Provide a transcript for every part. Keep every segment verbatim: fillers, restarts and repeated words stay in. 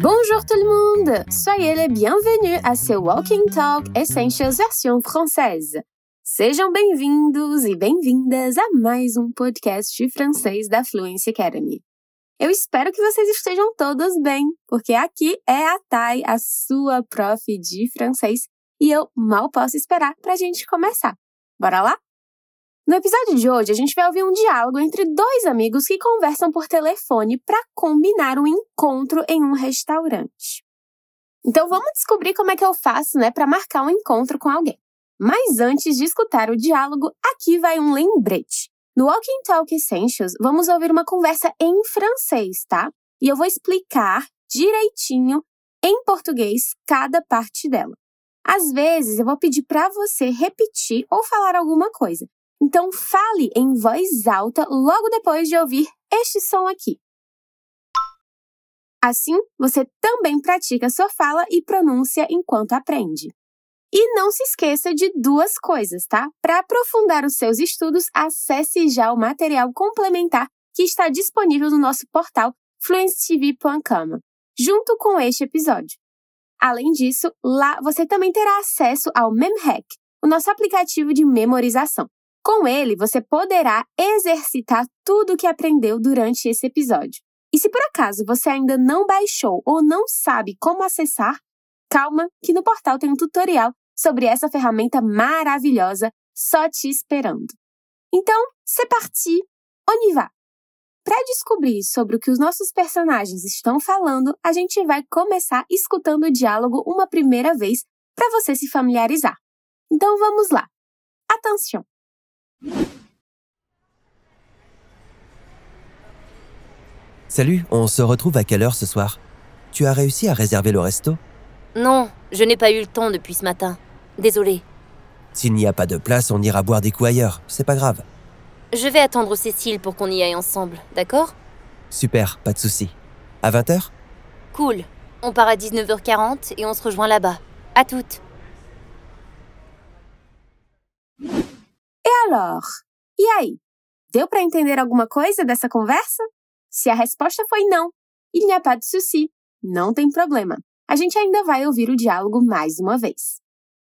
Bonjour tout le monde! Soyez les bienvenus à ce Walking Talk Essentials versão française. Sejam bem-vindos e bem-vindas a mais um podcast de francês da Fluency Academy. Eu espero que vocês estejam todos bem, porque aqui é a Thay, a sua prof de francês, e eu mal posso esperar para a gente começar. Bora lá? No episódio de hoje, a gente vai ouvir um diálogo entre dois amigos que conversam por telefone para combinar um encontro em um restaurante. Então, vamos descobrir como é que eu faço, né, para marcar um encontro com alguém. Mas antes de escutar o diálogo, aqui vai um lembrete. No Walking Talk Essentials, vamos ouvir uma conversa em francês, tá? E eu vou explicar direitinho, em português, cada parte dela. Às vezes, eu vou pedir para você repetir ou falar alguma coisa. Então, fale em voz alta logo depois de ouvir este som aqui. Assim, você também pratica sua fala e pronúncia enquanto aprende. E não se esqueça de duas coisas, tá? Para aprofundar os seus estudos, acesse já o material complementar que está disponível no nosso portal fluency t v ponto com, junto com este episódio. Além disso, lá você também terá acesso ao MemHack, o nosso aplicativo de memorização. Com ele, você poderá exercitar tudo o que aprendeu durante esse episódio. E se por acaso você ainda não baixou ou não sabe como acessar, calma que no portal tem um tutorial sobre essa ferramenta maravilhosa só te esperando. Então, c'est parti, on y va! Para descobrir sobre o que os nossos personagens estão falando, a gente vai começar escutando o diálogo uma primeira vez para você se familiarizar. Então vamos lá. Attention! Salut, on se retrouve à quelle heure ce soir? Tu as réussi à réserver le resto? Non, je n'ai pas eu le temps depuis ce matin. Désolée. S'il n'y a pas de place, on ira boire des coups ailleurs, c'est pas grave. Je vais attendre Cécile pour qu'on y aille ensemble, d'accord? Super, pas de souci. À vingt heures? Cool. On part à dix-neuf heures quarante et on se rejoint là-bas. À toutes. E alors? E aí? Deu para entender alguma coisa dessa conversa? Se a resposta foi não, il n'y a pas de souci. Não tem problema. A gente ainda vai ouvir o diálogo mais uma vez.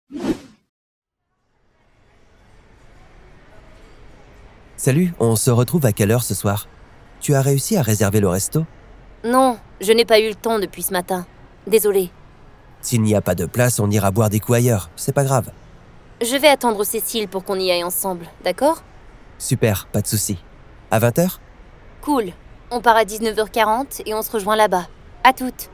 Salut, on se retrouve à quelle heure ce soir? Tu as réussi à réserver le resto? Non, je n'ai pas eu le temps depuis ce matin. Désolée. S'il n'y a pas de place, on ira boire des coups ailleurs, c'est pas grave. Je vais attendre Cécile pour qu'on y aille ensemble, d'accord? Super, pas de souci. À vingt heures? Cool. On part à dix-neuf heures quarante et on se rejoint là-bas. À toutes.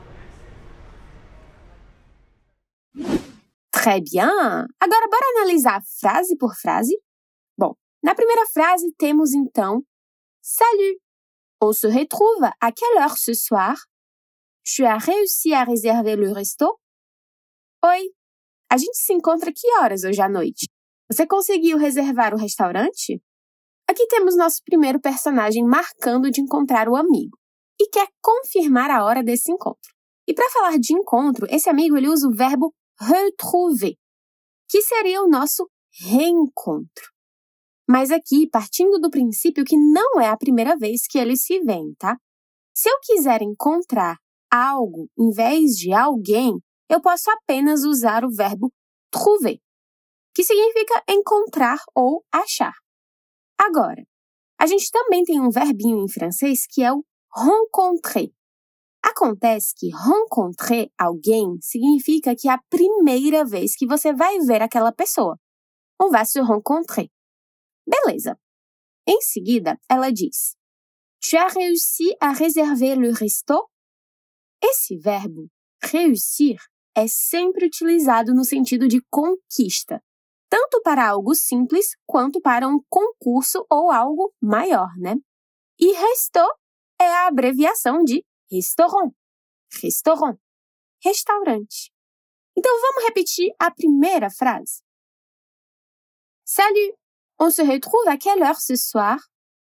Très bien! Agora, bora analisar frase por frase? Bom, na primeira frase temos então Salut! On se retrouve à quelle heure ce soir? Tu as réussi à réserver le resto? Oi! A gente se encontra que horas hoje à noite? Você conseguiu reservar o restaurante? Aqui temos nosso primeiro personagem marcando de encontrar o amigo e quer confirmar a hora desse encontro. E para falar de encontro, esse amigo ele usa o verbo retrouver, que seria o nosso reencontro. Mas aqui, partindo do princípio que não é a primeira vez que eles se veem, tá? Se eu quiser encontrar algo em vez de alguém, eu posso apenas usar o verbo trouver, que significa encontrar ou achar. Agora, a gente também tem um verbinho em francês que é o rencontrer. Acontece que rencontrer alguém significa que é a primeira vez que você vai ver aquela pessoa. On va se rencontrer. Beleza. Em seguida, ela diz Tu as réussi à réserver le resto? Esse verbo, réussir, é sempre utilizado no sentido de conquista, tanto para algo simples quanto para um concurso ou algo maior, né? E resto é a abreviação de restaurant. Restaurant. Restaurante. Então, vamos repetir a primeira frase. Salut! On se retrouve à quelle heure ce soir?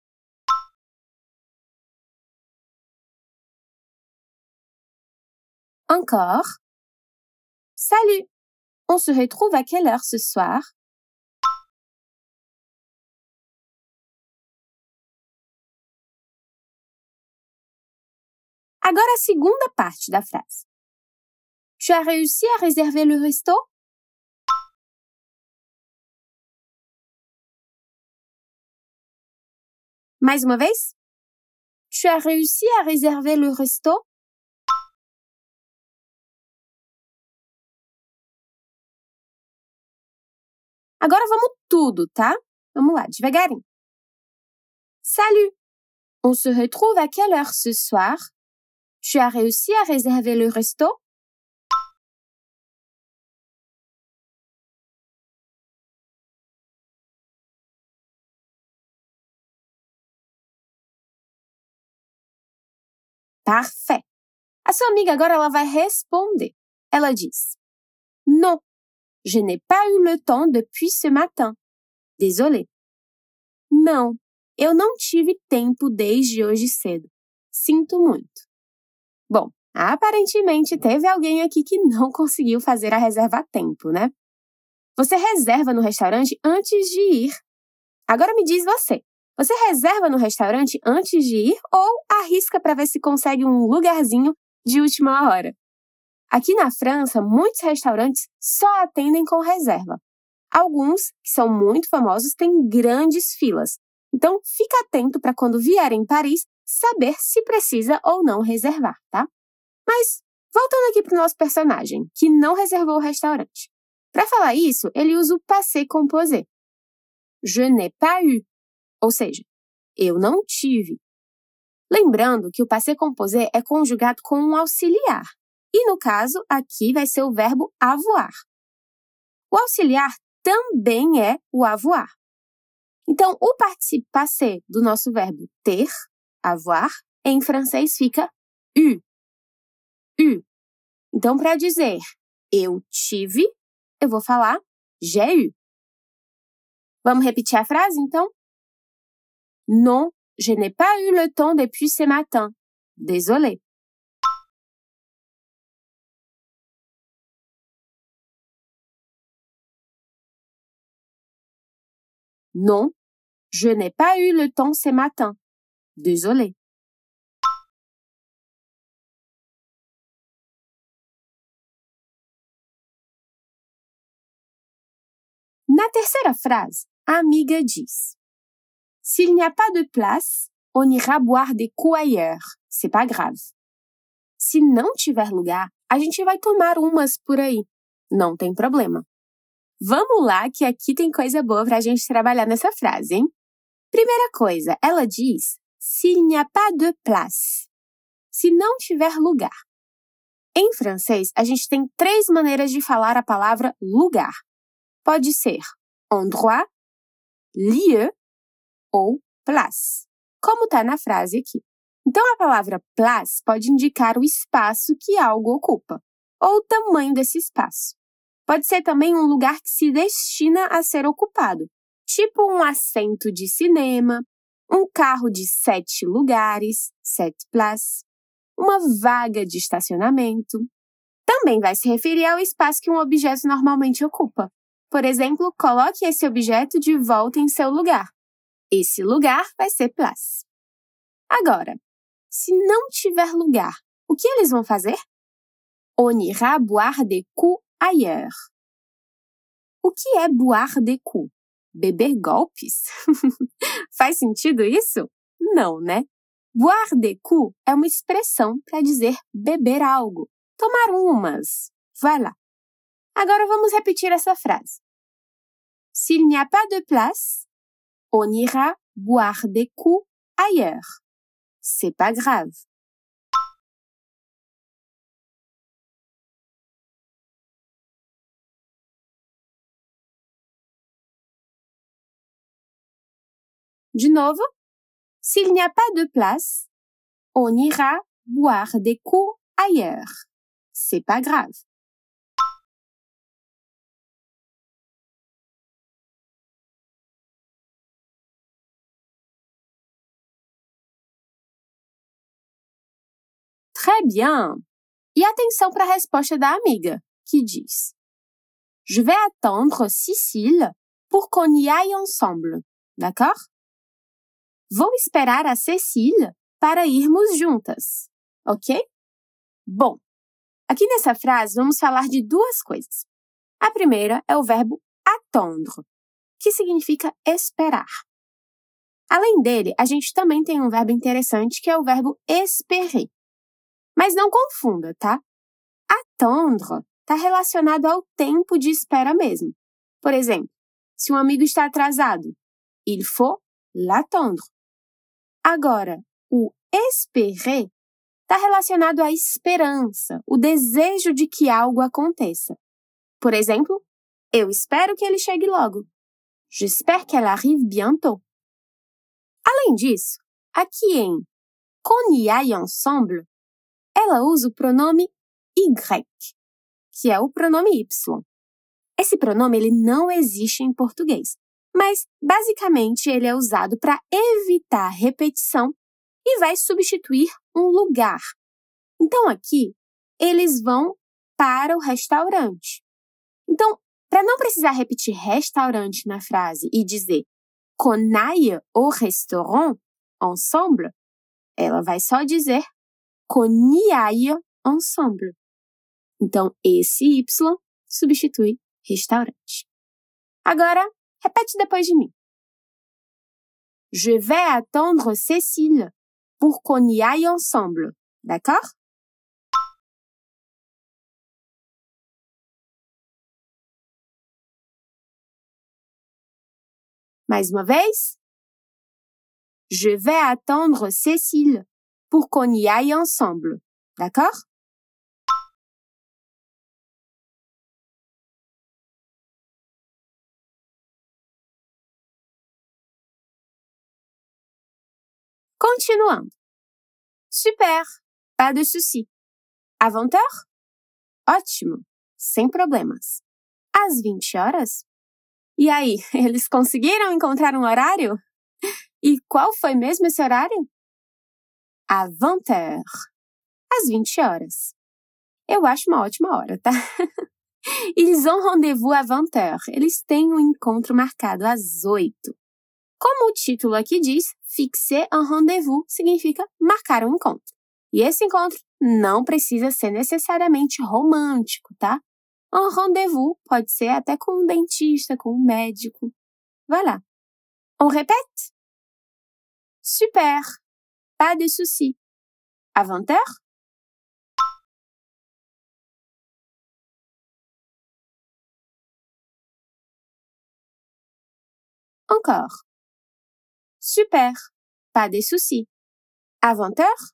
Encore. Salut! On se retrouve à quelle heure ce soir? Agora a segunda parte da frase. Tu as réussi à réserver le resto? Mais uma vez. Tu as réussi à réserver le resto? Agora vamos tudo, tá? Vamos lá, devagarinho. Salut! On se retrouve à quelle heure ce soir? Tu as réussi à réserver le resto? Parfait! A sua amiga agora ela vai responder. Ela diz: Non, je n'ai pas eu le temps depuis ce matin. Désolé. Não, eu não tive tempo desde hoje cedo. Sinto muito. Bom, aparentemente teve alguém aqui que não conseguiu fazer a reserva a tempo, né? Você reserva no restaurante antes de ir. Agora me diz você. Você reserva no restaurante antes de ir ou arrisca para ver se consegue um lugarzinho de última hora? Aqui na França, muitos restaurantes só atendem com reserva. Alguns, que são muito famosos, têm grandes filas. Então, fica atento para quando vier em Paris, saber se precisa ou não reservar, tá? Mas, voltando aqui para o nosso personagem, que não reservou o restaurante. Para falar isso, ele usa o passé composé. Je n'ai pas eu. Ou seja, eu não tive. Lembrando que o passé composé é conjugado com um auxiliar. E, no caso, aqui vai ser o verbo avoir. O auxiliar também é o avoir. Então, o participe passé do nosso verbo ter, avoir, em francês fica eu. Eu. Então, para dizer eu tive, eu vou falar j'ai eu. Vamos repetir a frase, então? Non, je n'ai pas eu le temps depuis ce matin. Désolé. Non, je n'ai pas eu le temps ce matin. Désolé. Na terceira frase, a amiga diz: S'il n'y a pas de place, on ira boire des coups ailleurs. C'est pas grave. Se não tiver lugar, a gente vai tomar umas por aí. Não tem problema. Vamos lá que aqui tem coisa boa pra gente trabalhar nessa frase, hein? Primeira coisa, ela diz s'il n'y a pas de place. Se não tiver lugar. Em francês, a gente tem três maneiras de falar a palavra lugar. Pode ser endroit, lieu ou place, como está na frase aqui. Então, a palavra place pode indicar o espaço que algo ocupa, ou o tamanho desse espaço. Pode ser também um lugar que se destina a ser ocupado, tipo um assento de cinema, um carro de sete lugares, sept places, uma vaga de estacionamento. Também vai se referir ao espaço que um objeto normalmente ocupa. Por exemplo, coloque esse objeto de volta em seu lugar. Esse lugar vai ser place. Agora, se não tiver lugar, o que eles vão fazer? On ira boire des coups ailleurs. O que é boire des coups? Beber golpes? Faz sentido isso? Não, né? Boire des coups é uma expressão para dizer beber algo, tomar umas. Vai lá. Agora vamos repetir essa frase. S'il n'y a pas de place, on ira boire des coups ailleurs. C'est pas grave. De novo. S'il n'y a pas de place, on ira boire des coups ailleurs. C'est pas grave. Très bien! E atenção para a resposta da amiga, que diz: Je vais attendre Cécile pour qu'on y aille ensemble. D'accord? Vou esperar a Cécile para irmos juntas. ok? Bom, aqui nessa frase vamos falar de duas coisas. A primeira é o verbo attendre, que significa esperar. Além dele, a gente também tem um verbo interessante que é o verbo espérer. Mas não confunda, tá? Attendre está relacionado ao tempo de espera mesmo. Por exemplo, se um amigo está atrasado, il faut l'attendre. Agora, o espérer está relacionado à esperança, o desejo de que algo aconteça. Por exemplo, eu espero que ele chegue logo. J'espère qu'elle arrive bientôt. Além disso, aqui em qu'on y aille ensemble, ela usa o pronome Y, que é o pronome Y. Esse pronome ele não existe em português, mas basicamente ele é usado para evitar repetição e vai substituir um lugar. Então aqui, eles vão para o restaurante. Então, para não precisar repetir restaurante na frase e dizer qu'on aille au restaurant ensemble, ela vai só dizer qu'on y aille ensemble. Então, esse Y substitui restaurante. Agora, repete depois de mim. Je vais attendre Cécile pour qu'on y aille ensemble. D'accord? Mais uma vez. Je vais attendre Cécile pour qu'on y aille ensemble. D'accord? Continuando. Super, pas de souci. À vingt heures? Ótimo, sem problemas. Às vinte horas? E aí, eles conseguiram encontrar um horário? E qual foi mesmo esse horário? À vingt heures. Às vinte horas. Eu acho uma ótima hora, tá? Ils ont rendez-vous à vingt heures. Eles têm um encontro marcado às oito. Como o título aqui diz, fixer un rendez-vous significa marcar um encontro. E esse encontro não precisa ser necessariamente romântico, tá? Un rendez-vous pode ser até com um dentista, com um médico. Vai lá. On répète? Super. Pas de souci. À vingt heures? Encore. Super. Pas de souci. À vingt heures?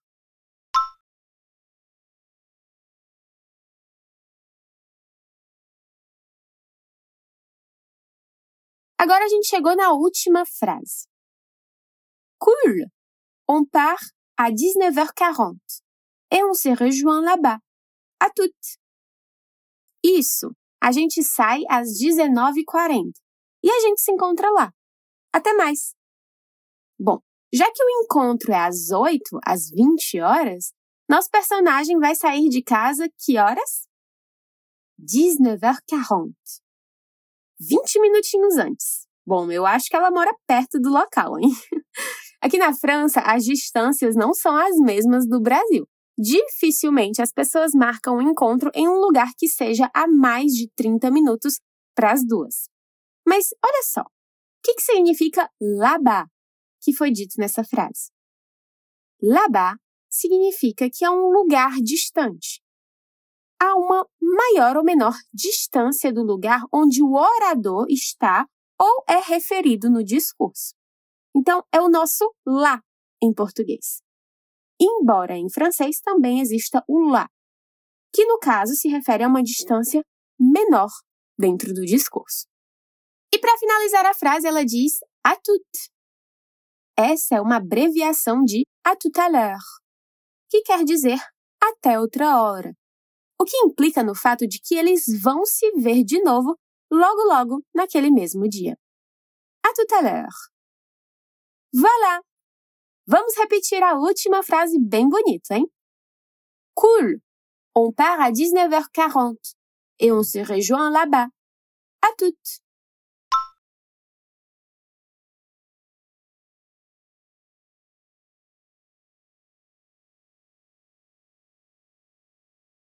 Agora a gente chegou na última frase. Cool! On part à dix-neuf heures quarante et on se rejoint là-bas. À toutes! Isso! A gente sai às dezenove e quarenta e a gente se encontra lá. Até mais! Bom, já que o encontro é às oito, às vinte horas, nosso personagem vai sair de casa que horas? dix-neuf heures quarante. vinte minutinhos antes. Bom, eu acho que ela mora perto do local, hein? Aqui na França, as distâncias não são as mesmas do Brasil. Dificilmente as pessoas marcam um encontro em um lugar que seja a mais de trinta minutos para as duas. Mas olha só, o que, que significa là-bas, que foi dito nessa frase? Là-bas significa que é um lugar distante. Há uma maior ou menor distância do lugar onde o orador está ou é referido no discurso. Então, é o nosso lá em português. Embora em francês também exista o lá, que no caso se refere a uma distância menor dentro do discurso. E para finalizar a frase, ela diz à toute. Essa é uma abreviação de à tout à l'heure, que quer dizer até outra hora. O que implica no fato de que eles vão se ver de novo logo logo naquele mesmo dia. À tout à l'heure. Voilà! Vamos repetir a última frase bem bonita, hein? Cool! On part à dix-neuf heures quarante et on se rejoint là-bas. À toutes!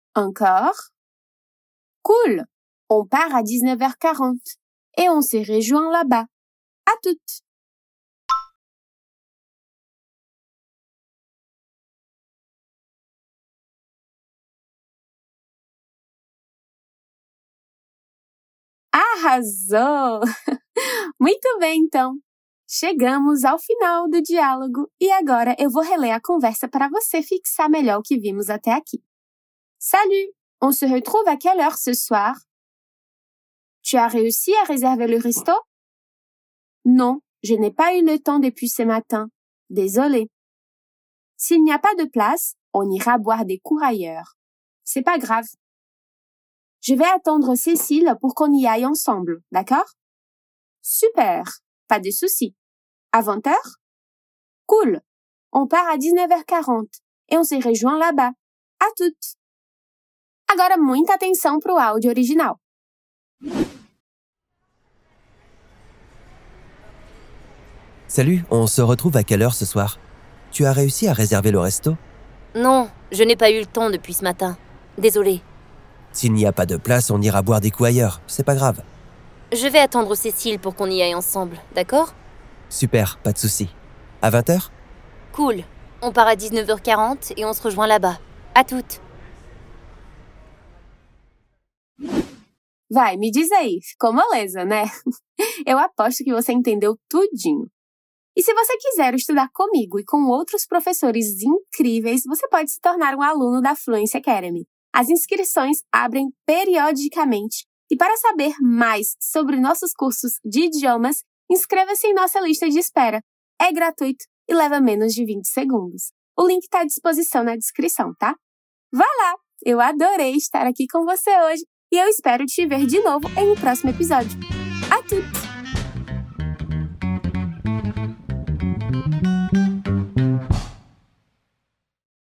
Encore. Cool. On part à dix-neuf heures quarante et on se rejoint là-bas. À toutes. Arrasou! Muito bem, então. Chegamos ao final do diálogo e agora eu vou reler a conversa para você fixar melhor o que vimos até aqui. Salut! On se retrouve à quelle heure ce soir? Tu as réussi à réserver le resto? Non, je n'ai pas eu le temps depuis ce matin. Désolée. S'il n'y a pas de place, on ira boire des coups ailleurs. C'est pas grave. Je vais attendre Cécile pour qu'on y aille ensemble, d'accord? Super, pas de souci. À vingt heures? Cool. On part à dix-neuf heures quarante et on se rejoint là-bas. À toutes. Agora muita atenção para o áudio original. Salut, on se retrouve à quelle heure ce soir? Tu as réussi à réserver le resto? Non, je n'ai pas eu le temps depuis ce matin. Désolée. S'il n'y a pas de place, on ira boire des coups ailleurs. C'est pas grave. Je vais attendre Cécile pour qu'on y aille ensemble, d'accord? Super, pas de souci. À vingt heures? Cool. On part à dix-neuf heures quarante et on se rejoint là-bas. À toutes. Vai, me diz aí, ficou moleza, né? Eu aposto que você entendeu tudinho. E se você quiser estudar comigo e com outros professores incríveis, você pode se tornar um aluno da Fluency Academy. As inscrições abrem periodicamente. E para saber mais sobre nossos cursos de idiomas, inscreva-se em nossa lista de espera. É gratuito e leva menos de vinte segundos. O link está à disposição na descrição, tá? Vá lá! Eu adorei estar aqui com você hoje e eu espero te ver de novo em um próximo episódio. A tudo!